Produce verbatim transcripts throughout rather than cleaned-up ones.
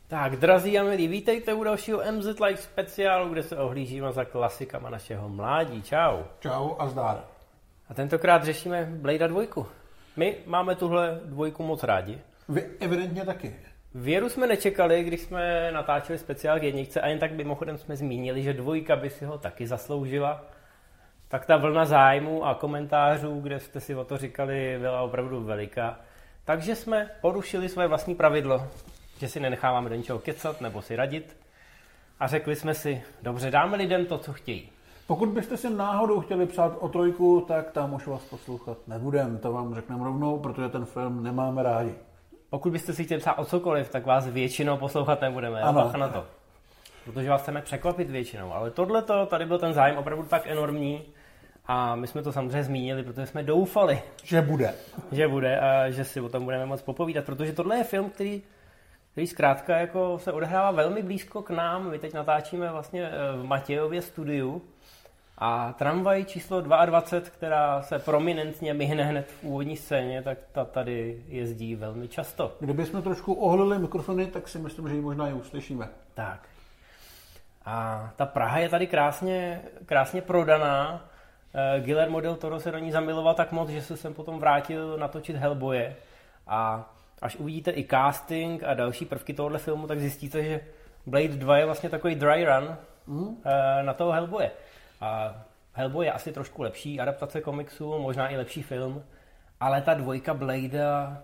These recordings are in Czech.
Tak, drazí a milí, vítejte u dalšího M Z Live speciálu, kde se ohlížíme za klasikama našeho mládí. Čau. Čau a zdar. A tentokrát řešíme Blade dvojku. My máme tuhle dvojku moc rádi. Vy evidentně taky. Věru jsme nečekali, když jsme natáčeli speciál k jedničce a jen tak mimochodem jsme zmínili, že dvojka by si ho taky zasloužila. Tak ta vlna zájmu a komentářů, kde jste si o to říkali, byla opravdu veliká. Takže jsme porušili své vlastní pravidlo, že si nenecháváme do ničeho kecat nebo si radit. A řekli jsme si, dobře, dáme lidem to, co chtějí. Pokud byste si náhodou chtěli psát o trojku, tak tam už vás poslouchat nebudem. To vám řekneme rovnou, protože ten film nemáme rádi. Pokud byste si chtěli psát o cokoliv, tak vás většinou poslouchat nebudeme. Ano. Bacha na to. Protože vás chceme překvapit většinou. Ale tohleto, tady byl ten zájem opravdu tak enormní. A my jsme to samozřejmě zmínili, protože jsme doufali, že bude. Že bude a že si o tom budeme moc popovídat. Protože tohle je film, který který zkrátka jako se odehrává velmi blízko k nám. My teď natáčíme vlastně v Matějově studiu a tramvaj číslo dvacet dva, která se prominentně myhne hned v úvodní scéně, tak ta tady jezdí velmi často. Kdybychom trošku ohlili mikrofony, tak si myslím, že ji možná i uslyšíme. Tak. A ta Praha je tady krásně, krásně prodaná. Guillermo del Toro se do ní zamiloval tak moc, že se sem potom vrátil natočit Hellboye. A až uvidíte i casting a další prvky tohohle filmu, tak zjistíte, že Blade dva je vlastně takový dry run mm. na toho Hellboye. A Hellboy je asi trošku lepší adaptace komiksu, možná i lepší film, ale ta dvojka Blade,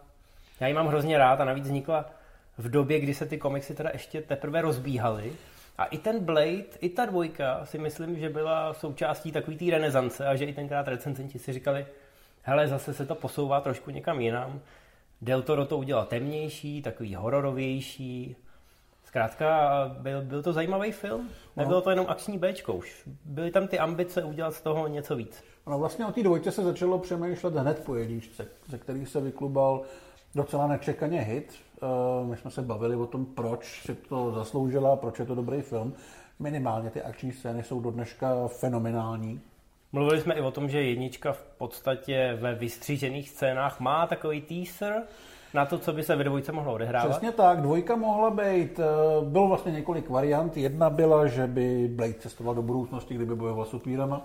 já ji mám hrozně rád a navíc vznikla v době, kdy se ty komiksy teda ještě teprve rozbíhaly. A i ten Blade, i ta dvojka si myslím, že byla součástí takový té renesance a že i tenkrát recenzenti si říkali, hele, zase se to posouvá trošku někam jinam. Del Toro to udělal temnější, takový hororovější. Zkrátka, byl, byl to zajímavý film. Nebylo to jenom akční béčko už. Byly tam ty ambice udělat z toho něco víc. No vlastně o té dvojce se začalo přemýšlet hned po jedničce, ze který se vyklubal docela nečekaně hit. My jsme se bavili o tom, proč si to zasloužila, proč je to dobrý film. Minimálně ty akční scény jsou do dneška fenomenální. Mluvili jsme i o tom, že jednička v podstatě ve vystřížených scénách má takový teaser na to, co by se ve dvojce mohlo odehrávat. Přesně tak, dvojka mohla být, bylo vlastně několik variant. Jedna byla, že by Blade cestoval do budoucnosti, kdyby bojoval s upírama.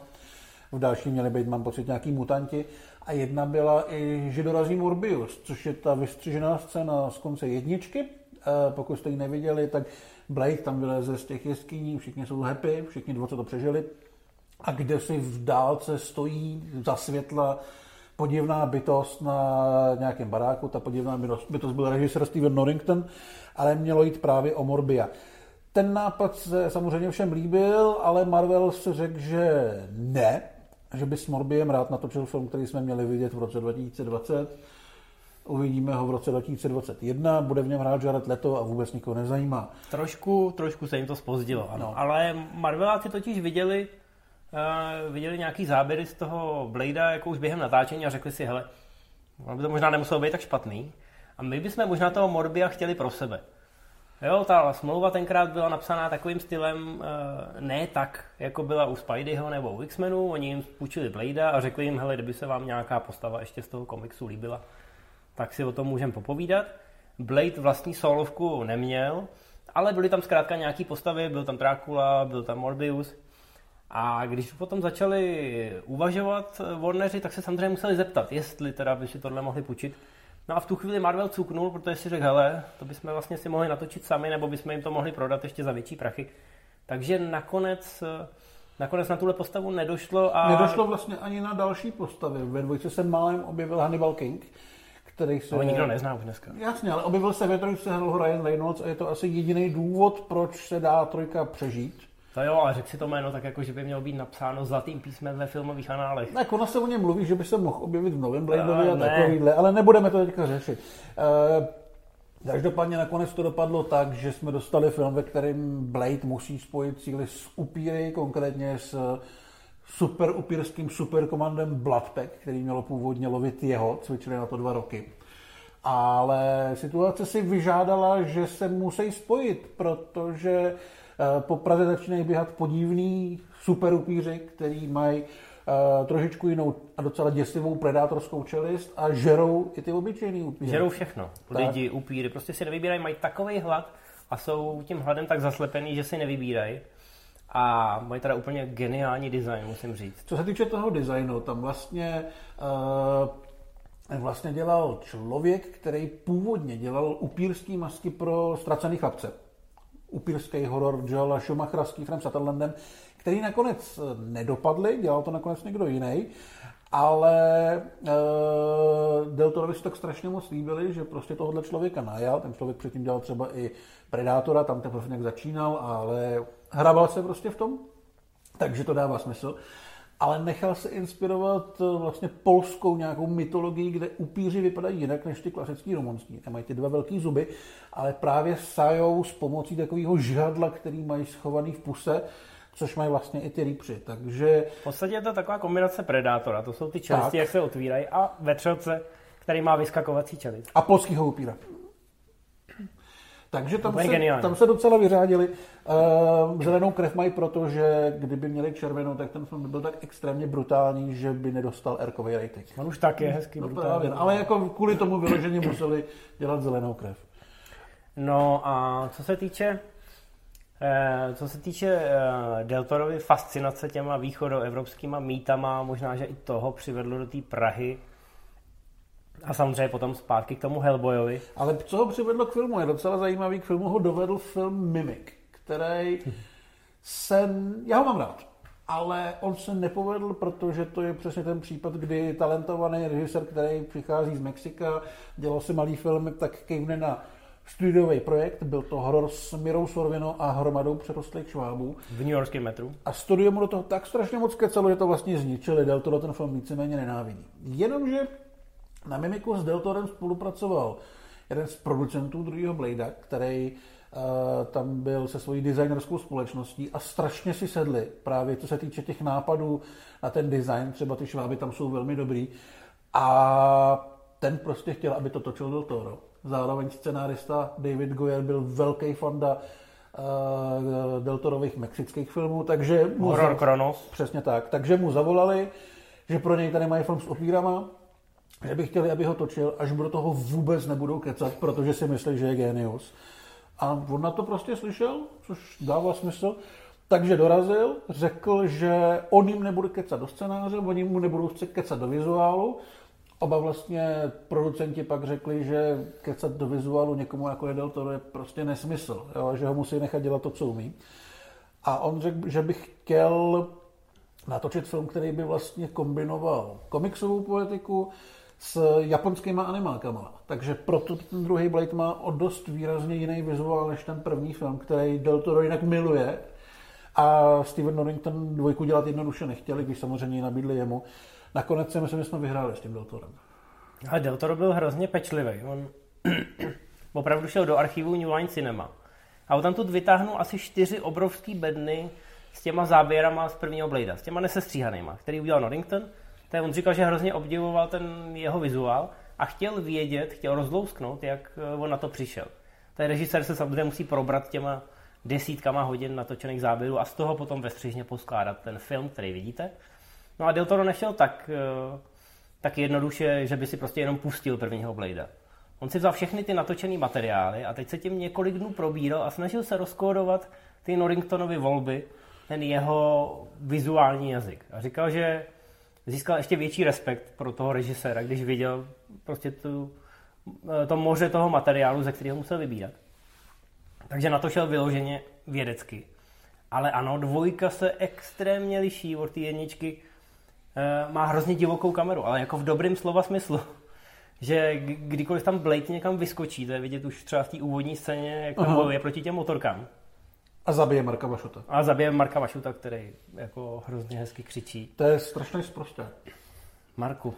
V další měli být, mám pocit, nějaký mutanti. A jedna byla i, že dorazí Morbius, což je ta vystřížená scéna z konce jedničky. Pokud jste ji neviděli, tak Blade tam vyleze z těch jeskyní, všichni jsou happy, všichni dvoce to přežili. A kde si v dálce stojí za světla podivná bytost na nějakém baráku. Ta podivná bytost byl režisér Steven Norrington, ale mělo jít právě o Morbia. Ten nápad se samozřejmě všem líbil, ale Marvel si řekl, že ne, že by s Morbiem rád natočil film, který jsme měli vidět v roce dva tisíce dvacet. Uvidíme ho v roce dva tisíce dvacet jedna, bude v něm hrát Jared Leto a vůbec nikoho nezajímá. Trošku, trošku se jim to zpozdilo, ano. No. Ale Marveláci totiž viděli, Uh, viděli nějaký záběry z toho Bladea jako už během natáčení a řekli si, hele, by to možná nemuselo být tak špatný a my bychom možná toho Morbia chtěli pro sebe. Jo, ta smlouva tenkrát byla napsaná takovým stylem, uh, ne tak, jako byla u Spideyho nebo u X-menů, oni jim půjčili Bladea a řekli jim, hele, kdyby se vám nějaká postava ještě z toho komiksu líbila, tak si o tom můžeme popovídat. Blade vlastní solovku neměl, ale byly tam zkrátka nějaký postavy, byl tam Dracula, byl tam Morbius. A když potom začali uvažovat Warneri, tak se samozřejmě museli zeptat, jestli teda by si tohle mohli půjčit. No a v tu chvíli Marvel cuknul, protože si řekl, hele, to bychom vlastně si mohli natočit sami, nebo bychom jim to mohli prodat ještě za větší prachy. Takže nakonec, nakonec na tuhle postavu nedošlo. A... Nedošlo vlastně ani na další postavy. Ve dvojce se málem objevil Hannibal King, který se... Ale nikdo nezná už dneska. Jasně, ale objevil se ve trojce Ryan Reynolds a je to asi jediný důvod, proč se dá trojka přežít. To jo, ale řekl si to jméno tak jako, že by mělo být napsáno zlatým písmem ve filmových análech. Tak ono se o něm mluví, že by se mohl objevit v novém Bladeovi a ne. takovýhle, ale nebudeme to teďka řešit. E, každopádně nakonec to dopadlo tak, že jsme dostali film, ve kterém Blade musí spojit síly s upíry, konkrétně s super upírským superkomandem Bloodpack, který mělo původně lovit jeho, cvičili na to dva roky. Ale situace si vyžádala, že se musí spojit, protože po Praze začínají běhat podivný superupíři, který mají uh, trošičku jinou a docela děsivou predátorskou čelist a žerou i ty obyčejný upíři. Žerou všechno. Tak. Lidi, upíry, prostě si nevybírají, mají takovej hlad a jsou tím hladem tak zaslepený, že si nevybírají. A mají teda úplně geniální design, musím říct. Co se týče toho designu, tam vlastně, uh, vlastně dělal člověk, který původně dělal upírský masky pro Ztracený chlapce. Upírský horor Joela Schumachera s Kieferem Sutherlandem, který nakonec nedopadly, dělal to nakonec někdo jiný, ale uh, Del Torovi si tak strašně moc líbili, že prostě tohohle člověka najal. Ten člověk předtím dělal třeba i Predátora, tam teprve nějak začínal, ale hrabal se prostě v tom, takže to dává smysl. Ale nechal se inspirovat vlastně polskou nějakou mytologií, kde upíři vypadají jinak než ty klasický rumunský. Nemají ty dva velký zuby, ale právě sajou s pomocí takového žihadla, který mají schovaný v puse, což mají vlastně i ty rýpři. Takže... V podstatě je to taková kombinace Predátora, to jsou ty čelisti, jak se otvírají, a vetřelce, který má vyskakovací čelist. A polskýho upíra. Takže tam se, tam se docela vyřádili. Uh, zelenou krev mají proto, že kdyby měli červenou, tak ten film by byl tak extrémně brutální, že by nedostal R-kový rating. On už tak je hezký no, brutální. Ale jako kvůli tomu vyloženě museli dělat zelenou krev. No a co se týče eh, co se týče eh, Del Torovy fascinace těma východoevropskýma mýtama, možná, že i toho přivedlo do té Prahy. A samozřejmě potom zpátky k tomu Hellboyovi. Ale co ho přivedlo k filmu? Je docela zajímavý. K filmu ho dovedl film Mimic, který se... Já ho mám rád, ale on se nepovedl, protože to je přesně ten případ, kdy talentovaný režisér, který přichází z Mexika, dělal si malý film, tak kejvne na studiový projekt. Byl to horor s Mirou Sorvino a hromadou přerostlých švábů. V New Yorkském metru. A studio mu do toho tak strašně moc kecalo, že to vlastně zničili. Del Toro ten film víceméně nenávidí. Jenomže na Mimiku s Del Torem spolupracoval jeden z producentů druhého Bladea, který uh, tam byl se svojí designerskou společností a strašně si sedli právě co se týče těch nápadů na ten design, třeba ty šváby tam jsou velmi dobrý a ten prostě chtěl, aby to točil Del Toro. Zároveň scenárista David Goyer byl velký fanda uh, Del Torových mexických filmů, takže mu Horror Kronos. Přesně tak, takže mu zavolali, že pro něj tady mají film s opírama, že by chtěli, aby ho točil, až do toho vůbec nebudou kecat, protože si myslí, že je génius. A on na to prostě slyšel, což dává smysl. Takže dorazil, řekl, že on jim nebude kecat do scénáře, oni mu nebudou kecat do vizuálu. Oba vlastně producenti pak řekli, že kecat do vizuálu někomu jako je Del Toro je prostě nesmysl, jo, že ho musí nechat dělat to, co umí. A on řekl, že by chtěl natočit film, který by vlastně kombinoval komiksovou politiku s japonskýma animákama. Takže proto ten druhý Blade má o dost výrazně jiný vizuál než ten první film, který Del Toro jinak miluje. A Steven Norrington dvojku dělat jednoduše nechtěli, když samozřejmě ji nabídli jemu. Nakonec si myslím, že jsme vyhráli s tím Del Torem. A Del Toro byl hrozně pečlivý. On opravdu šel do archivu New Line Cinema. A on tam tu vytáhnul asi čtyři obrovský bedny s těma záběrama z prvního Bladea, s těma nesestříhanýma, který udělal Norrington. Tak on říkal, že hrozně obdivoval ten jeho vizuál a chtěl vědět, chtěl rozlousknout, jak on na to přišel. Ten režisér se samozřejmě musí probrat těma desítkama hodin natočených záběrů a z toho potom ve střižně poskládat ten film, který vidíte. No a Del Toro nešel tak, tak jednoduše, že by si prostě jenom pustil prvního Bladea. On si vzal všechny ty natočené materiály a teď se tím několik dnů probíral a snažil se rozkódovat ty Norringtonovy volby, ten jeho vizuální jazyk. A říkal, že získal ještě větší respekt pro toho režiséra, když viděl prostě tu, to moře toho materiálu, ze kterého musel vybírat. Takže na to šel vyloženě vědecky. Ale ano, dvojka se extrémně liší od té jedničky. E, má hrozně divokou kameru, ale jako v dobrým slova smyslu. Že kdykoliv tam Blade někam vyskočí, to je vidět už třeba v té úvodní scéně, jak tam bojuje proti těm motorkám. A zabije Marka Vašuta. A zabije Marka Vašuta, který jako hrozně hezky křičí. To je strašně sprosté. Marku.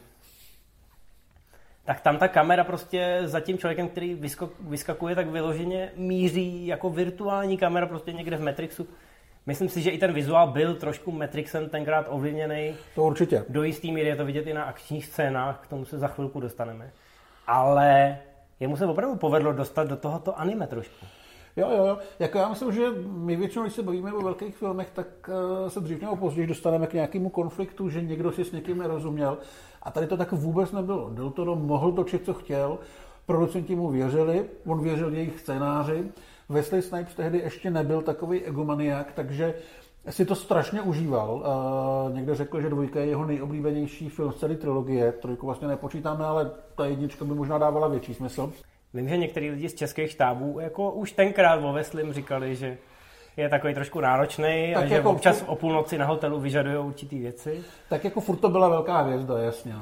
Tak tam ta kamera prostě za tím člověkem, který vyskakuje, tak vyloženě míří jako virtuální kamera prostě někde v Matrixu. Myslím si, že i ten vizuál byl trošku Matrixem tenkrát ovlivněný. To určitě. Do jistý míry je to vidět i na akčních scénách, k tomu se za chvilku dostaneme. Ale jemu se opravdu povedlo dostat do tohoto anime trošku. Jo, jo, jo. Jako já myslím, že my většinou, když se bavíme o velkých filmech, tak se dřív nebo později dostaneme k nějakému konfliktu, že někdo si s někým nerozuměl. A tady to tak vůbec nebylo. Del Toro mohl točit, co chtěl, producenti mu věřili, on věřil jejich scénáři. Wesley Snipes tehdy ještě nebyl takový egomaniak, takže si to strašně užíval. Uh, někdo řekl, že dvojka je jeho nejoblíbenější film z celé trilogie. Trojku vlastně nepočítáme, ale ta jednička by možná dávala větší smysl. Vím, že některý lidi z českých štábů jako už tenkrát o Wesleym říkali, že je takový trošku náročný a že jako občas furt... o půlnoci na hotelu vyžadují určitý věci. Tak jako furt to byla velká hvězda, jasně.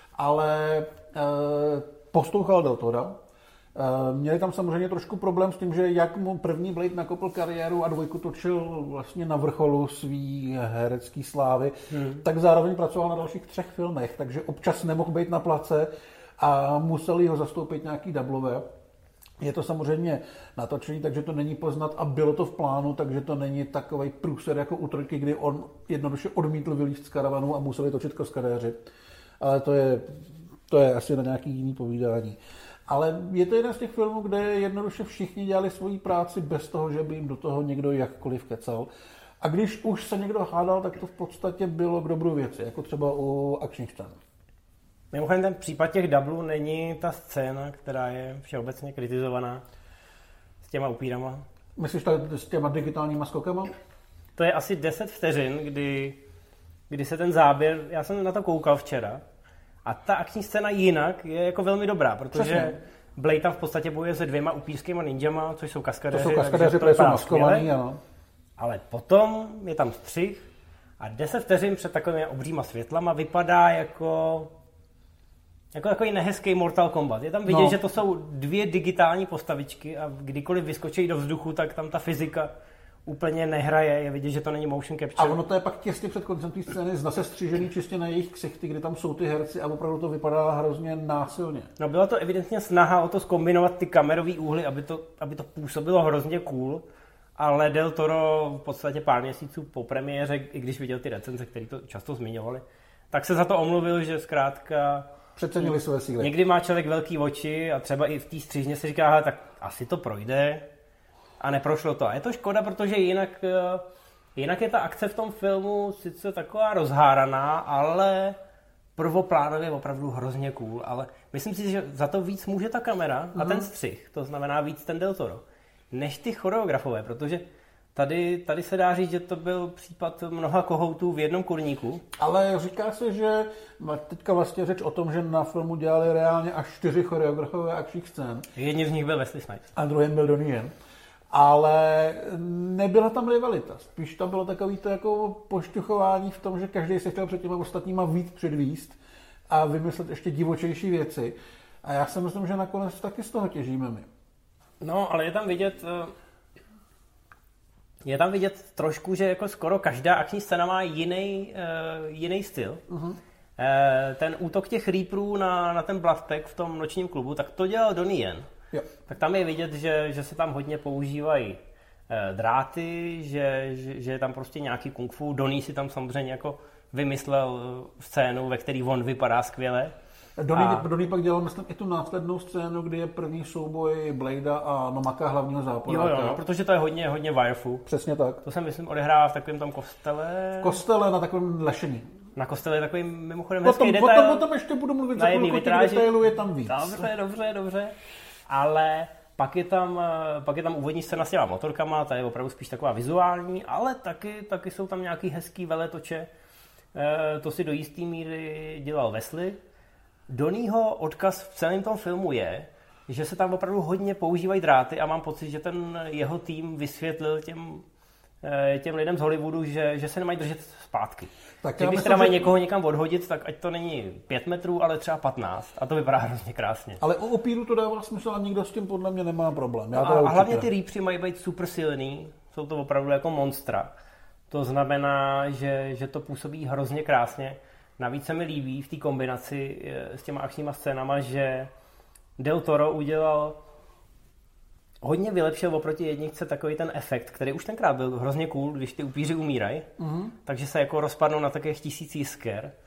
Ale uh, poslouchal Del Tora. Měli tam samozřejmě trošku problém s tím, že jak mu první Blade nakopl kariéru a dvojku točil vlastně na vrcholu svý herecký slávy, hmm. tak zároveň pracoval na dalších třech filmech, takže občas nemohl být na place a museli ho zastoupit nějaký dublové. Je to samozřejmě natočený, takže to není poznat a bylo to v plánu, takže to není takovej průser jako u trojky, kdy on jednoduše odmítl vylízt z karavanu a museli točit kaskadéři. Ale to je, to je asi na nějaký jiný povídání. Ale je to jeden z těch filmů, kde jednoduše všichni dělali svoji práci bez toho, že by jim do toho někdo jakkoliv kecal. A když už se někdo hádal, tak to v podstatě bylo k dobru věci, jako třeba u akčních scén. Mimochodem ten případ těch dublů není ta scéna, která je všeobecně kritizovaná s těma upírama. Myslíš tak s těma digitálníma skokama? To je asi deset vteřin, kdy, kdy se ten záběr, já jsem na to koukal včera, a ta akční scéna jinak je jako velmi dobrá, protože Přesně. Blade tam v podstatě bojuje se dvěma upírskýma ninjama, což jsou kaskadéři. To jsou kaskadéři, které jsou maskovaný, ano. Ale potom je tam střih a deset vteřin před takovými obříma světlama vypadá jako jako takový nehezký Mortal Kombat. Je tam vidět, no. že to jsou dvě digitální postavičky a kdykoliv vyskočí do vzduchu, tak tam ta fyzika úplně nehraje, je vidět, že to není motion capture. A ono to je pak těsně před koncem té scény zase střížený čistě na jejich ksichty, kde tam jsou ty herci a opravdu to vypadá hrozně násilně. No byla to evidentně snaha o to zkombinovat ty kamerový úhly, aby to, aby to působilo hrozně cool, ale Del Toro v podstatě pár měsíců po premiéře, i když viděl ty recenze, které to často zmiňovali, tak se za to omluvil, že zkrátka přecenili své síly. Někdy má člověk velký oči a třeba i v té střížně se říká, tak asi to projde. A neprošlo to. A je to škoda, protože jinak, jinak je ta akce v tom filmu sice taková rozháraná, ale prvoplánově opravdu hrozně cool. Ale myslím si, že za to víc může ta kamera a ten střih, to znamená víc ten Del Toro, než ty choreografové, protože tady, tady se dá říct, že to byl případ mnoha kohoutů v jednom kurníku. Ale říká se, že teďka vlastně řeč o tom, že na filmu dělali reálně až čtyři choreografové akčních scén. Jedním z nich byl Wesley Snipes. A druhým byl Donnie Yen. Ale nebyla tam rivalita. Spíš tam bylo takový to jako pošťuchování v tom, že každý se chtěl před těma ostatníma víc předvíst a vymyslet ještě divočejší věci. A já si myslím, že nakonec taky z toho těžíme my. No, ale je tam vidět, je tam vidět trošku, že jako skoro každá akční scéna má jiný, uh, jiný styl. Uh-huh. Uh, ten útok těch Reaperů na, na ten Bloodpack v tom nočním klubu, tak to dělal Donnie Yen. Jo. Tak tam je vidět, že, že se tam hodně používají e, dráty, že, že, že je tam prostě nějaký kung fu. Donnie si tam samozřejmě jako vymyslel scénu, ve který on vypadá skvěle. Donnie, a... Donnie pak dělal, myslím, i tu následnou scénu, kdy je první souboj Bladea a Nomaka hlavního záporáka. Jo, jo, no, protože to je hodně, hodně wirefu. Přesně tak. To jsem, myslím, odehrává v takovém tom kostele. V kostele na takovém lešení. Na kostele je takový mimochodem potom, hezký detail. Potom, potom ještě budu mluvit, za chvilku těch detailů je tam víc. Dobře, dobře, dobře. Ale pak je tam, pak je tam úvodní scéna s těma motorkama, ta je opravdu spíš taková vizuální, ale taky, taky jsou tam nějaký hezký veletoče. E, to si do jistý míry dělal Wesley. Donnieho odkaz v celém tom filmu je, že se tam opravdu hodně používají dráty a mám pocit, že ten jeho tým vysvětlil těm, těm lidem z Hollywoodu, že, že se nemají držet zpátky. Tak když myslím, teda mají že... někoho někam odhodit, tak ať to není pět metrů, ale třeba patnáct. A to vypadá hrozně krásně. Ale o opíru to dává smysl a nikdo s tím podle mě nemá problém. Já a, a hlavně ty Reapeři mají být super silný. Jsou to opravdu jako monstra. To znamená, že, že to působí hrozně krásně. Navíc se mi líbí v té kombinaci s těma akčníma scénama, že Del Toro udělal hodně vylepšil oproti jedničce takový ten efekt, který už tenkrát byl hrozně cool, když ty upíři umírají, mm-hmm. takže se jako rozpadnou na takových tisíc jisker.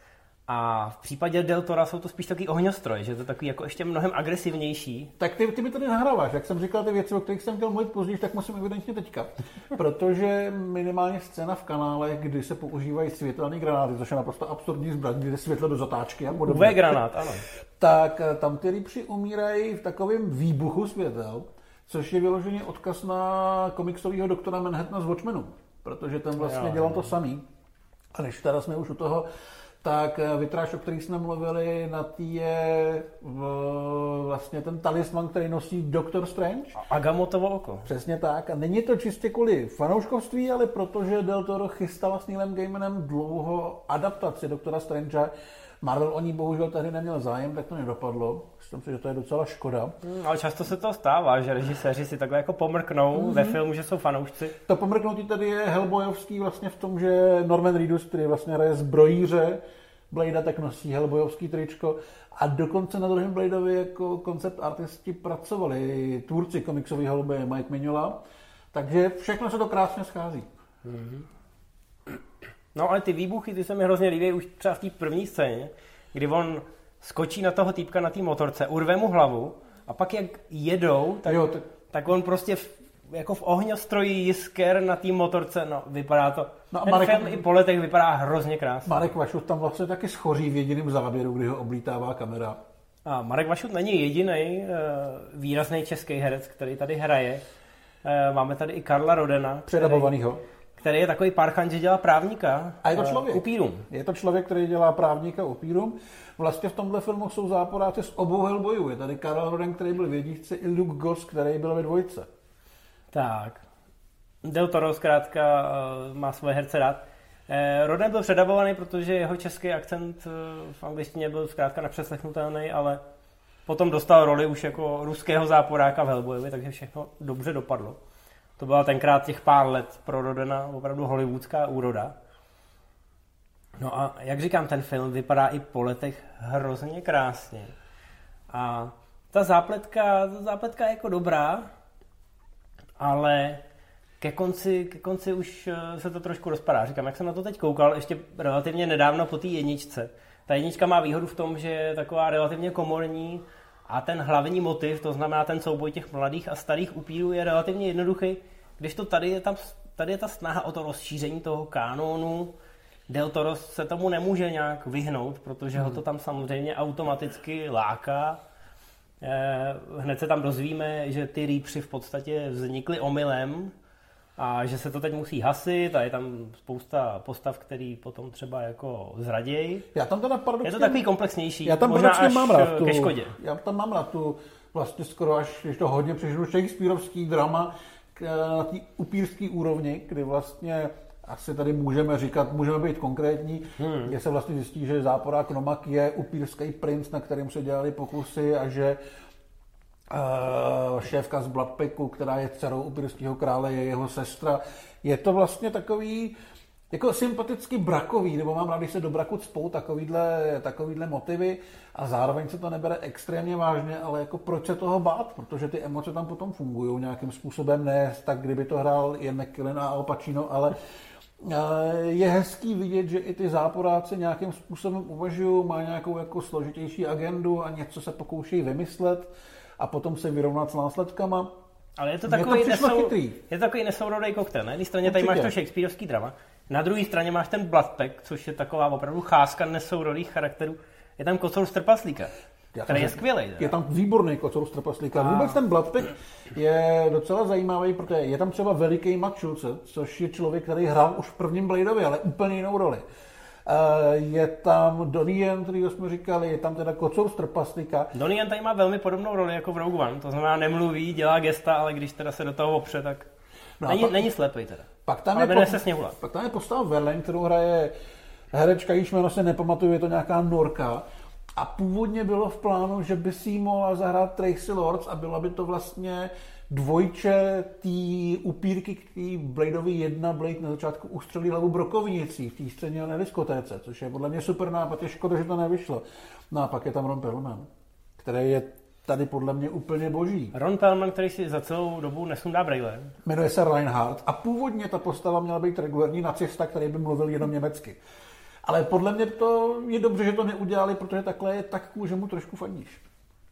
A v případě Del Tora jsou to spíš takový ohňostroj, že to je takový jako ještě mnohem agresivnější. Tak ty, ty mi tady nahráváš, jak jsem říkal ty věci, o kterých jsem chtěl mluvit později, tak musím evidentně teďka. Protože minimálně scéna v kanále, kdy se používají světelné granáty, což je naprosto absurdní zbraň, kdy jde světlo do zatáčky a podobně. U V granát, ano. Tak tam ty rýpři umírají v takovém výbuchu světel, což je vyloženě odkaz na komiksového doktora Manhattana z Watchmenu, protože ten vlastně jo, dělal to samý. A než teda jsme už u toho, tak vitráž, o který jsme mluvili, na tý je vlastně ten talisman, který nosí Doctor Strange. Agamotovo oko. Přesně tak. A není to čistě kvůli fanouškovství, ale protože Del Toro chystal s Neilem Gaimanem dlouho adaptaci Doktora Strange. Marvel o ní bohužel tehdy neměl zájem, tak to nedopadlo. Myslím si, že to je docela škoda. Hmm, ale často se to stává, že režiséři si takhle jako pomrknou mm-hmm. ve filmu, že jsou fanoušci. To pomrknutí tady je Hellboyovský vlastně v tom, že Norman Reedus, který vlastně hraje zbrojíře Bladea, tak nosí Hellboyovský tričko. A dokonce na druhém Bladeovi jako koncept artisti pracovali tvůrci komiksových Hellboye Mike Mignola. Takže všechno se to krásně schází. Mm-hmm. No ale ty výbuchy, ty se mi hrozně líbí už třeba v té první scéně, kdy on skočí na toho týpka na té motorce, urve mu hlavu a pak jak jedou, tak, jo, tak... tak on prostě v, jako v ohňostroji jisker na té motorce, no vypadá to, no, ten Marek... film i po letech vypadá hrozně krásně. Marek Vašut tam vlastně taky schoří v jediném záběru, kdy ho oblítává kamera. A Marek Vašut není jediný uh, výrazný český herec, který tady hraje. Uh, máme tady i Karla Rodena. Předabovanýho. Který je takový parchant, že dělá právníka. A je to člověk. Upírům. Je to člověk, který dělá právníka upírům. Vlastně v tomhle filmu jsou záporáci z obou Hellboyů. Je tady Karl Roden, který byl v jedničce, i Luke Goss, který byl ve dvojce. Tak. Del Toro zkrátka má svoje herce rád. Roden byl předabovaný, protože jeho český akcent v angličtině byl zkrátka nepřeslechnutelný, ale potom dostal roli už jako ruského záporáka v Hellboyovi, takže všechno dobře dopadlo. To byla tenkrát těch pár let pro Rodena opravdu hollywoodská úroda. No a jak říkám, ten film vypadá i po letech hrozně krásně. A ta zápletka, ta zápletka je jako dobrá, ale ke konci, ke konci už se to trošku rozpadá. Říkám, jak jsem na to teď koukal, ještě relativně nedávno po té jedničce. Ta jednička má výhodu v tom, že je taková relativně komorní a ten hlavní motiv, to znamená ten souboj těch mladých a starých upírů, je relativně jednoduchý, když to tady je, tam, tady je ta snaha o to rozšíření toho kanónu. Del Toro se tomu nemůže nějak vyhnout, protože hmm. ho to tam samozřejmě automaticky láká. Hned se tam dozvíme, že ty rýpři v podstatě vznikly omylem a že se to teď musí hasit a je tam spousta postav, který potom třeba jako zradějí. Já tam teda paradoxně... Je to takový komplexnější, já tam možná až mám rád tu, ke škodě. Já tam mám rád tu vlastně skoro až, když to hodně přežiju, Shakespeareovský drama na té upírské úrovni, kdy vlastně asi tady můžeme říkat, můžeme být konkrétní, hmm. kde se vlastně zjistí, že záporák Nomak je upírský princ, na kterém se dělali pokusy a že uh, šéfka z Bloodpacku, která je dcerou upírského krále, je jeho sestra. Je to vlastně takový jako sympaticky brakový, nebo mám rád, když se do braku cpou takovýhle, takovýhle motivy a zároveň se to nebere extrémně vážně, ale jako proč se toho bát, protože ty emoce tam potom fungují nějakým způsobem, ne tak, kdyby to hrál Ian McKellen a Al Pacino, ale je hezký vidět, že i ty záporáci nějakým způsobem uvažují, má nějakou jako složitější agendu a něco se pokouší vymyslet a potom se vyrovnat s následkama. Ale je to takový, to nesou, je to takový nesourodý koktejl. Na jedné straně Určitě. Tady máš to Shakespeareovský drama, na druhé straně máš ten Bloodpack, což je taková opravdu cházka nesourodých charakterů. Je tam Kocour z Trpaslíka, který je skvělý. Je tam výborný Kocour z Trpaslíka. A... Vůbec ten Bloodpack je docela zajímavý, protože je tam třeba veliký Matt Schulze, což je člověk, který hrál už v prvním Bladeovi, ale úplně jinou roli. Je tam Donnie Yen, který jsme říkali, je tam teda Kocour z Trpaslíka. Donnie Yen tady má velmi podobnou roli jako v Rogue One, to znamená nemluví, dělá gesta, ale když teda se do toho opře, tak no není, pak, není slepej teda. Pak tam, je po, se pak tam je postava Verlaine, kterou hraje herečka, již jméno se nepamatuju, je to nějaká Norka. A původně bylo v plánu, že by si mohla zahrát Tracy Lords a byla by to vlastně dvojče té upírky, který Bladeovi jedna Blade na začátku ustřelí hlavu brokovnicí v té scéně na diskotéce, což je podle mě super nápad, je škoda, že to nevyšlo. No a pak je tam Ron Perlman, který je tady podle mě úplně boží. Ron Perlman, který si za celou dobu nesundá brejle. Jmenuje se Reinhardt a původně ta postava měla být regulární nacista, který by mluvil jenom německy. Ale podle mě to je dobře, že to neudělali, protože takhle je tak cool, že mu trošku fandíš.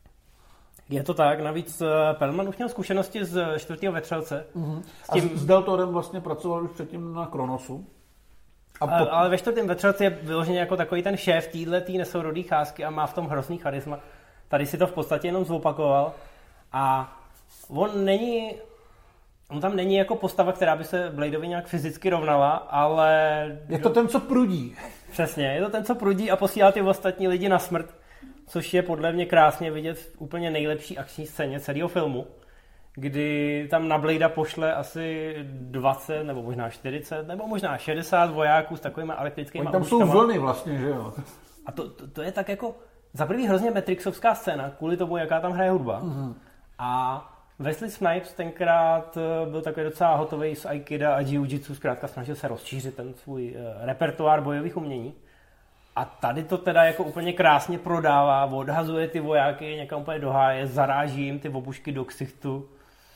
Je to tak, navíc Perlman už měl zkušenosti z čtvrtého vetřelce. Mm-hmm. S tím... A s Deltorem vlastně pracoval už předtím na Kronosu. A po... Ale ve čtvrtém vetřelce je vyloženě jako takový ten šéf téhletý nesourodý cházky a má v tom hrozný charisma. Tady si to v podstatě jenom zopakoval. A on není... On tam není jako postava, která by se Bladeovi nějak fyzicky rovnala, ale... Je to ten, co prudí. Přesně, je to ten, co prudí a posílá ty ostatní lidi na smrt, což je podle mě krásně vidět v úplně nejlepší akční scéně celého filmu, kdy tam na Bladea pošle asi dvacet nebo možná čtyřicet nebo možná šedesát vojáků s takovými elektrickými Oni tam jsou vlny vlastně, že jo? A to, to, to je tak jako za prvý hrozně Matrixovská scéna, kvůli tomu, jaká tam hraje hudba. Mm-hmm. A Wesley Snipes tenkrát byl takový docela hotový z Aikida a Jiu-Jitsu, zkrátka snažil se rozšířit ten svůj uh, repertoár bojových umění. A tady to teda jako úplně krásně prodává, odhazuje ty vojáky někam úplně do háje, zaráží jim ty obušky do ksichtu.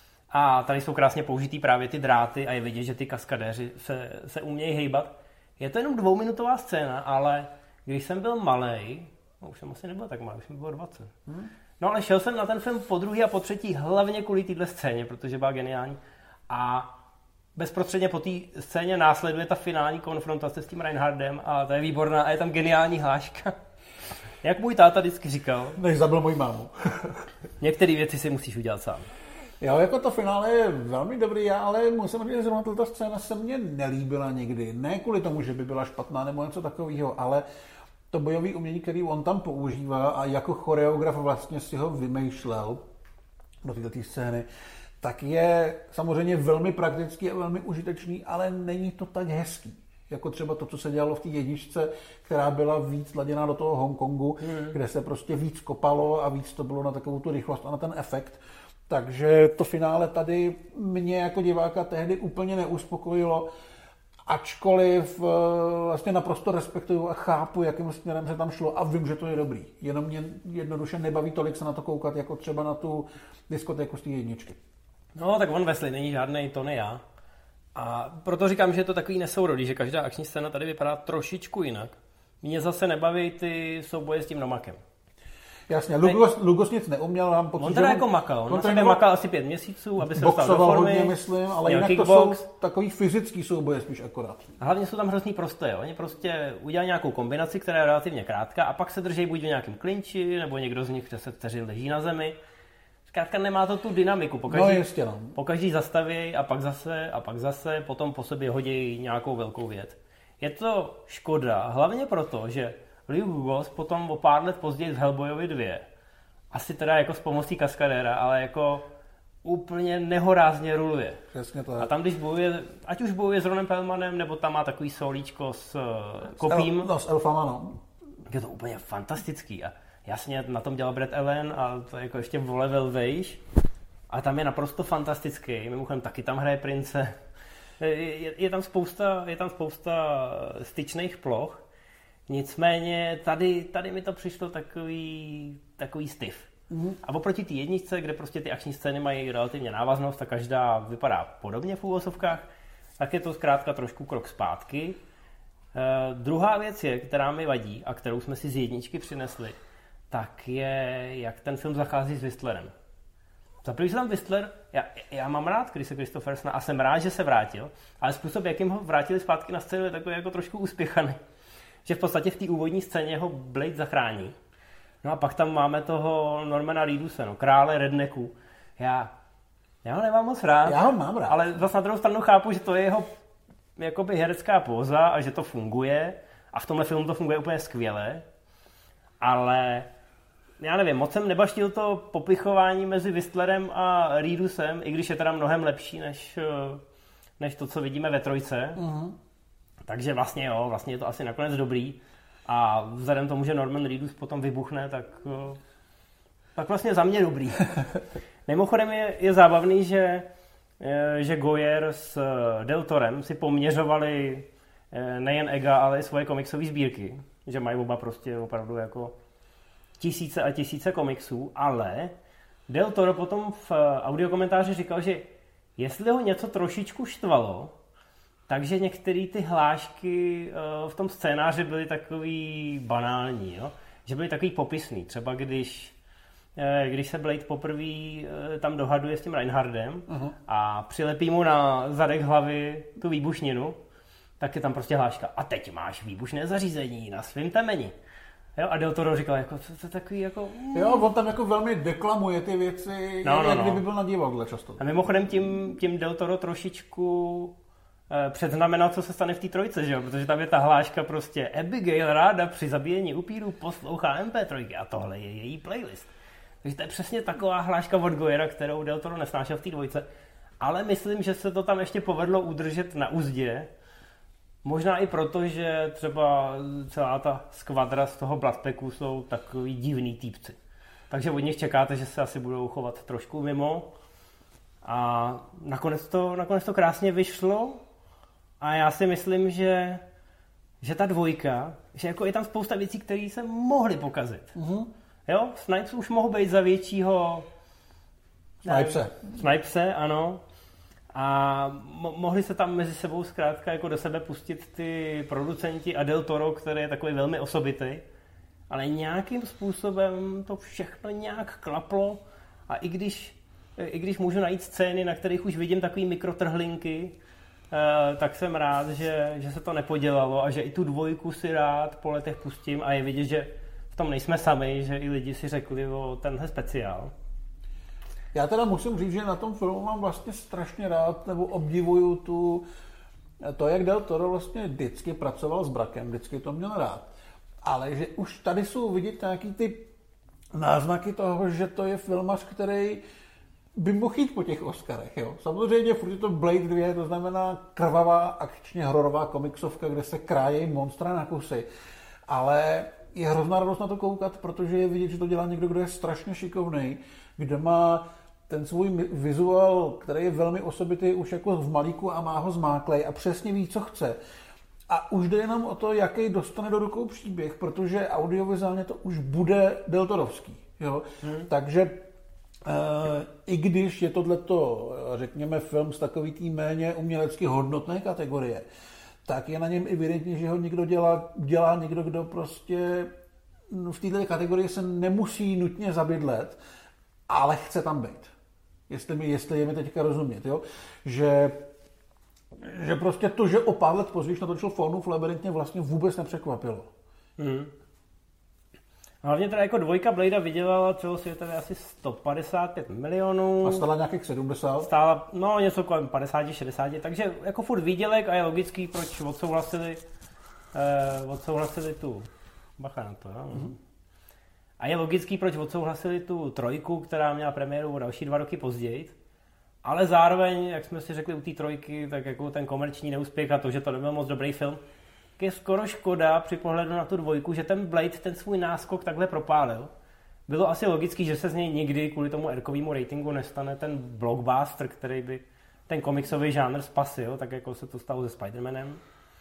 A tady jsou krásně použitý právě ty dráty a je vidět, že ty kaskadéři se, se umějí hejbat. Je to jenom dvouminutová scéna, ale když jsem byl malej, no už jsem asi nebyl tak malý, už jsem byl dvacet. Hmm. No ale šel jsem na ten film po druhý a po třetí hlavně kvůli téhle scéně, protože byla geniální. A bezprostředně po té scéně následuje ta finální konfrontace s tím Reinhardtem a to je výborná a je tam geniální hláška. Jak můj táta vždycky říkal. Než zabil moji mámu. Některé věci si musíš udělat sám. Jo, jako to finále je velmi dobrý, ale musím říct, že zrovna ta scéna se mně nelíbila nikdy. Ne kvůli tomu, že by byla špatná nebo něco takového, ale to bojové umění, který on tam používá a jako choreograf vlastně si ho vymýšlel do této scény, tak je samozřejmě velmi praktický a velmi užitečný, ale není to tak hezký. Jako třeba to, co se dělalo v té jedničce, která byla víc laděná do toho Hongkongu, hmm. kde se prostě víc kopalo a víc to bylo na takovou tu rychlost a na ten efekt. Takže to finále tady mě jako diváka tehdy úplně neuspokojilo, ačkoliv vlastně naprosto respektuju a chápu, jakým směrem se tam šlo a vím, že to je dobrý. Jenom mě jednoduše nebaví tolik se na to koukat, jako třeba na tu diskotéku z té jedničky. No, tak on Wesley není žádnej Tony já. A proto říkám, že je to takový nesourodý, že každá akční scéna tady vypadá trošičku jinak. Mě zase nebaví ty souboje s tím Nomakem. Jasně, Lugos, Lugos nic neuměl, mám pocit, on teda že jako makal, on, on na sebe makal asi pět měsíců, aby se dostal do formy. Hodně, myslím, ale jinak kickbox. To jsou takový fyzický souboje spíš akorát. A hlavně jsou tam hrozný prosté, oni prostě udělají nějakou kombinaci, která je relativně krátká a pak se drží buď v nějakém klinči, nebo někdo z nich deset vteřin leží na zemi. Zkrátka nemá to tu dynamiku, pokaždý, no, jistě, no. pokaždý zastaví a pak zase a pak zase, potom po sobě hodí nějakou velkou věc. Je to škoda, hlavně proto, že Liu Lugos potom o pár let později z Hellboyovi dva, asi teda jako s pomocí kaskadéra, ale jako úplně nehorázně ruluje. Přesně to je. A tam, když bojuje, ať už bojuje s Ronem Perlmanem, nebo tam má takový solíčko s kopím. S El, no, s elfama, no. Je to úplně fantastický. A jasně, na tom dělal Brad Allen a to je jako ještě o level vejš. A tam je naprosto fantastický. Mimochodem taky tam hraje prince. Je, je, tam spousta, je tam spousta styčných ploch. Nicméně tady, tady mi to přišlo takový, takový styv. Mm-hmm. A oproti té jedničce, kde prostě ty akční scény mají relativně návaznost a každá vypadá podobně v úvozovkách, tak je to zkrátka trošku krok zpátky. E, druhá věc je, která mi vadí a kterou jsme si z jedničky přinesli, tak je, jak ten film zachází s Whistlerem. Za první se tam Whistler, já, já mám rád Chrise Christophersona a jsem rád, že se vrátil, ale způsob, jakým ho vrátili zpátky na scénu, je takový jako trošku uspěchaný. Že v podstatě v té úvodní scéně ho Blade zachrání. No a pak tam máme toho Normana Reeduse, no, krále rednecků. Já, já ho nemám moc rád. Já ho mám rád. Ale zase na druhou stranu chápu, že to je jeho jakoby herecká póza a že to funguje. A v tomhle filmu to funguje úplně skvěle. Ale já nevím, moc jsem nebaštil to popichování mezi Whistlerem a Reedusem, i když je teda mnohem lepší než, než to, co vidíme ve trojce. Mm-hmm. Takže vlastně jo, vlastně je to asi nakonec dobrý. A vzhledem tomu, že Norman Reedus potom vybuchne, tak, tak vlastně za mě dobrý. Mimochodem je, je zábavný, že, že Goyer s Del Torem si poměřovali nejen ega, ale i svoje komiksové sbírky. Že mají oba prostě opravdu jako tisíce a tisíce komiksů, ale Del Toro potom v audiokomentáři říkal, že jestli ho něco trošičku štvalo, Takže některé ty hlášky v tom scénáři byly takový banální, jo? Že byly takový popisný. Třeba když, když se Blade poprvé tam dohaduje s tím Reinhardem uh-huh. a přilepí mu na zadek hlavy tu výbušninu, tak je tam prostě hláška. A teď máš výbušné zařízení na svém temeni. Jo, a Del Toro říkal, jako, co to takový, jako... Mm. Jo, on tam jako velmi deklamuje ty věci, no, jak no, kdyby byl na divadle často. A mimochodem tím, tím Del Toro trošičku eh, předznamenal, co se stane v té trojce, že jo? Protože tam je ta hláška prostě Abigail ráda při zabíjení upírů poslouchá em pé tři a tohle je její playlist. Takže to je přesně taková hláška od Goyera, kterou Del Toro nesnášel v té dvojce. Ale myslím, že se to tam ještě povedlo udržet na uzdě. Možná i proto, že třeba celá ta skvadra z toho Bloodpacku jsou takový divný týpci. Takže od nich čekáte, že se asi budou chovat trošku mimo. A nakonec to, nakonec to krásně vyšlo. A já si myslím, že, že ta dvojka, že jako je tam spousta věcí, které se mohly pokazit. Mm-hmm. Jo, Snipes už mohl být za většího... Snipese. Snipese, ano. A mo- mohli se tam mezi sebou zkrátka jako do sebe pustit ty producenti a Del Toro, který je takový velmi osobitý. Ale nějakým způsobem to všechno nějak klaplo a i když, i když můžu najít scény, na kterých už vidím takový mikrotrhlinky, eh, tak jsem rád, že, že se to nepodělalo a že i tu dvojku si rád po letech pustím a je vidět, že v tom nejsme sami, že i lidi si řekli o tenhle speciál. Já teda musím říct, že na tom filmu mám vlastně strašně rád, nebo obdivuju tu, to, jak Del Toro vlastně vždycky pracoval s Brakem, vždycky to měl rád. Ale že už tady jsou vidět nějaký ty náznaky toho, že to je filmař, který by mohl jít po těch Oscarech. Jo? Samozřejmě furt je to Blade dva, to znamená krvavá, akčně hororová komiksovka, kde se krájejí monstra na kusy. Ale je hrozná radost na to koukat, protože je vidět, že to dělá někdo, kdo je strašně šikovnej, kdo má ten svůj vizuál, který je velmi osobitý už jako v malíku a má ho zmáklej a přesně ví, co chce. A už jde jenom o to, jaký dostane do rukou příběh, protože audiovizuálně to už bude Del Torovský. Jo? Hmm. Takže e, i když je tohleto, řekněme, film z takový tý méně umělecky hodnotné kategorie, tak je na něm evidentně, že ho někdo dělá, dělá někdo, kdo prostě v této kategorii se nemusí nutně zabydlet, ale chce tam být. Jestli, mi, jestli je mi teďka rozumět, jo? Že, že prostě to, že o pár let později natočil Faunu v labyrintě, vlastně vůbec nepřekvapilo. Hmm. Hlavně teda jako dvojka Bladea vydělala celosvětově asi sto padesát pět milionů. A stála nějakých sedmdesát? Stála, no něco kolem padesát šedesát, takže jako furt výdělek a je logický, proč odsouhlasili, eh, odsouhlasili tu, bacha na to, no. Mm-hmm. A je logický, proč odsouhlasili tu trojku, která měla premiéru o další dva roky později. Ale zároveň, jak jsme si řekli u té trojky, tak jako ten komerční neúspěch a to, že to nebyl moc dobrý film, je skoro škoda při pohledu na tu dvojku, že ten Blade ten svůj náskok takhle propálil. Bylo asi logický, že se z něj nikdy kvůli tomu R-kovému ratingu nestane ten blockbuster, který by ten komiksový žánr spasil, tak jako se to stalo se Spider-Manem.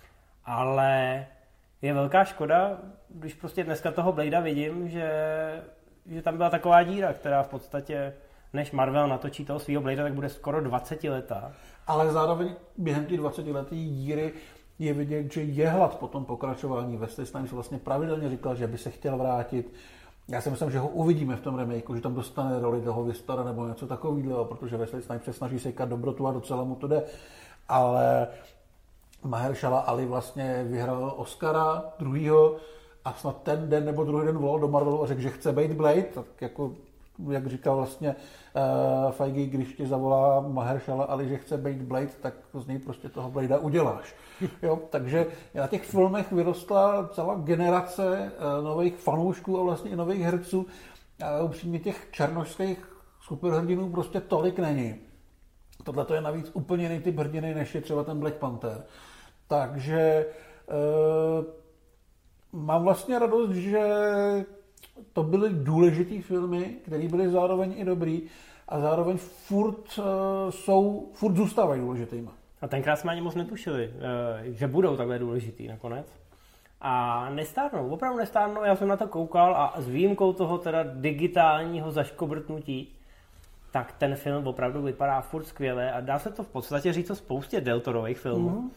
Ale je velká škoda, když prostě dneska toho Bladea vidím, že, že tam byla taková díra, která v podstatě, než Marvel natočí toho svýho Bladea, tak bude skoro dvacet letá. Ale zároveň během těch dvacetiletý díry je vidět, že je hlad po tom pokračování. Wesley Snipes vlastně pravidelně říkal, že by se chtěl vrátit. Já si myslím, že ho uvidíme v tom remakeu, že tam dostane roli toho Vistara nebo něco takového, protože Wesley Snipes se snaží sejkat dobrotu a docela mu to jde. Ale Mahershala Ali vlastně vyhrál Oscara druhýho a snad ten den nebo druhý den volal do Marvelu a řekl, že chce být Blade, tak jako jak říkal vlastně uh, Feige, když ti zavolá Mahershala Ali, že chce být Blade, tak z něj prostě toho Bladea uděláš. Jo, takže na těch filmech vyrostla celá generace uh, nových fanoušků a vlastně i nových herců. A upřímně těch černošských superhrdinů prostě tolik není. Tohle to je navíc úplně jiný typ hrdiny, než je třeba ten Black Panther. Takže uh, mám vlastně radost, že to byly důležitý filmy, které byly zároveň i dobrý a zároveň furt uh, jsou, furt zůstávají důležitýma. A tenkrát jsme ani moc netušili, uh, že budou takhle důležitý nakonec. A nestárnou, opravdu nestárnou, já jsem na to koukal a s výjimkou toho teda digitálního zaškobrtnutí, tak ten film opravdu vypadá furt skvěle a dá se to v podstatě říct o spoustě Del Torových filmů. Mm-hmm.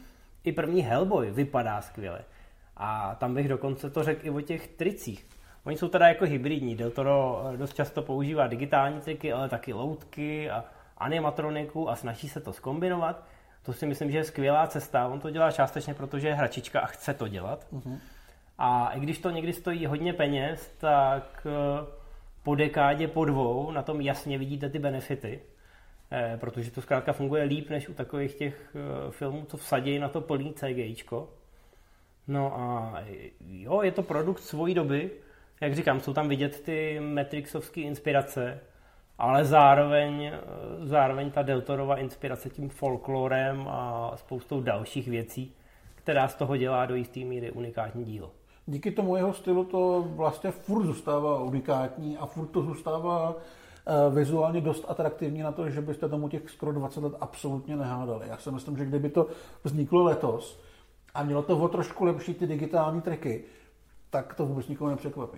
i první Hellboy vypadá skvěle. A tam bych dokonce to řekl i o těch tricích. Oni jsou teda jako hybridní, Del Toro dost často používá digitální triky, ale taky loutky a animatroniku a snaží se to zkombinovat. To si myslím, že je skvělá cesta. On to dělá částečně, protože je hračička a chce to dělat. Uh-huh. A i když to někdy stojí hodně peněz, tak po dekádě, po dvou na tom jasně vidíte ty benefity. Protože to zkrátka funguje líp než u takových těch filmů, co vsadí na to plný CGIčko. No a jo, je to produkt svojí doby. Jak říkám, jsou tam vidět ty Matrixovské inspirace, ale zároveň, zároveň ta Del Torova inspirace tím folklorem a spoustou dalších věcí, která z toho dělá do jisté míry unikátní dílo. Díky tomu jeho stylu to vlastně furt zůstává unikátní a furt to zůstává vizuálně dost atraktivní na to, že byste tomu těch skoro dvacet let absolutně nehádali. Já si myslím, že kdyby to vzniklo letos a mělo to o trošku lepší ty digitální triky, tak to vůbec nikoho nepřekvapí.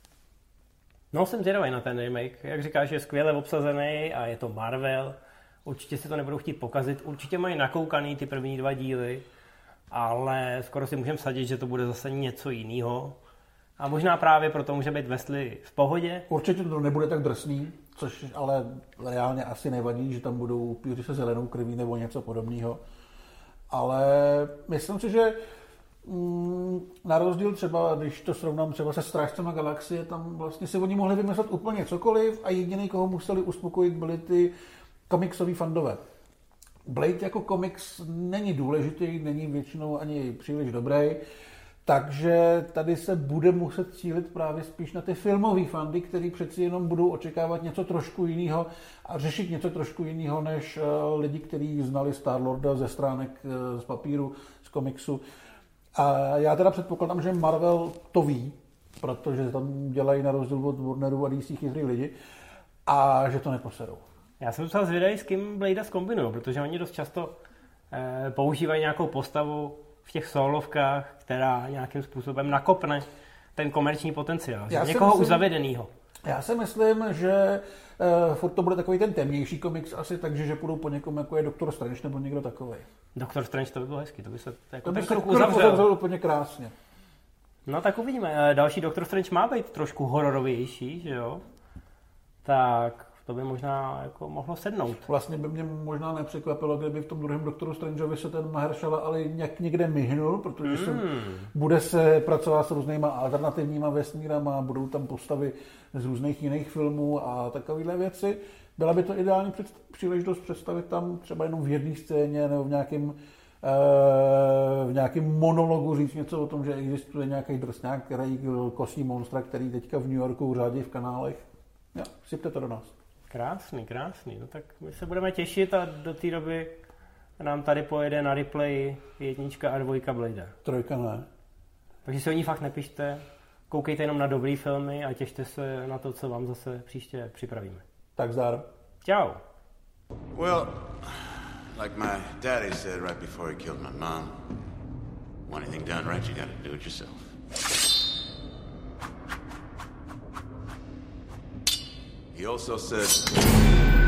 No, jsem zvědavý na ten remake. Jak říkáš, je skvěle obsazený a je to Marvel. Určitě si to nebudou chtít pokazit. Určitě mají nakoukaný ty první dva díly, ale skoro si můžeme vsadit, že to bude zase něco jiného. A možná právě proto může být Wesley v pohodě. Určitě to nebude tak drsný, což ale reálně asi nevadí, že tam budou upíři se zelenou krví nebo něco podobného. Ale myslím si, že mm, na rozdíl třeba, když to srovnám třeba se Strážcema galaxie, tam vlastně si oni mohli vymyslet úplně cokoliv a jediný, koho museli uspokojit, byli ty komiksový fandové. Blade jako komiks není důležitý, není většinou ani příliš dobrý, takže tady se bude muset cílit právě spíš na ty filmový fandy, který přeci jenom budou očekávat něco trošku jiného a řešit něco trošku jiného než lidi, kteří znali Star-Lorda ze stránek z papíru, z komiksu. A já teda předpokládám, že Marvel to ví, protože tam dělají na rozdíl od Warneru a D C chytrý lidi a že to neposerou. Já jsem docela zvědavý, s kým Bladea zkombinují, protože oni dost často eh, používají nějakou postavu v těch solovkách, která nějakým způsobem nakopne ten komerční potenciál. Já někoho myslím, už zavedenýho. Já si myslím, že uh, furt to bude takový ten temnější komiks asi, takže že půjdou po někom, jako je Doktor Strange nebo někdo takovej. Doktor Strange, to by bylo hezky, to by se jako to by se uzavřel úplně krásně. No tak uvidíme. Další Doktor Strange má být trošku hororovější, že jo? Tak to by možná jako mohlo sednout. Vlastně by mě možná nepřekvapilo, kdyby v tom druhém Doktoru Strangeovi se ten Mahershala ale nějak někde myhnul, protože mm. se, bude se pracovat s různýma alternativníma vesmírama, budou tam postavy z různých jiných filmů a takovéhle věci. Byla by to ideální příležitost představit tam třeba jenom v jedné scéně nebo v nějakém v nějakém monologu říct něco o tom, že existuje nějaký drsňák, který kosí monstra, který teďka v New Yorku řádí v kanálech. Jo, sypte to do nás. Krásný, krásný. No tak my se budeme těšit a do té doby nám tady pojede na replay jednička a dvojka Blade. Trojka ne. Takže si o ní fakt nepište, koukejte jenom na dobrý filmy a těšte se na to, co vám zase příště připravíme. Tak zdar. Čau. Well, like my daddy said right before he killed my mom, want anything done right, you gotta do it yourself. He also said...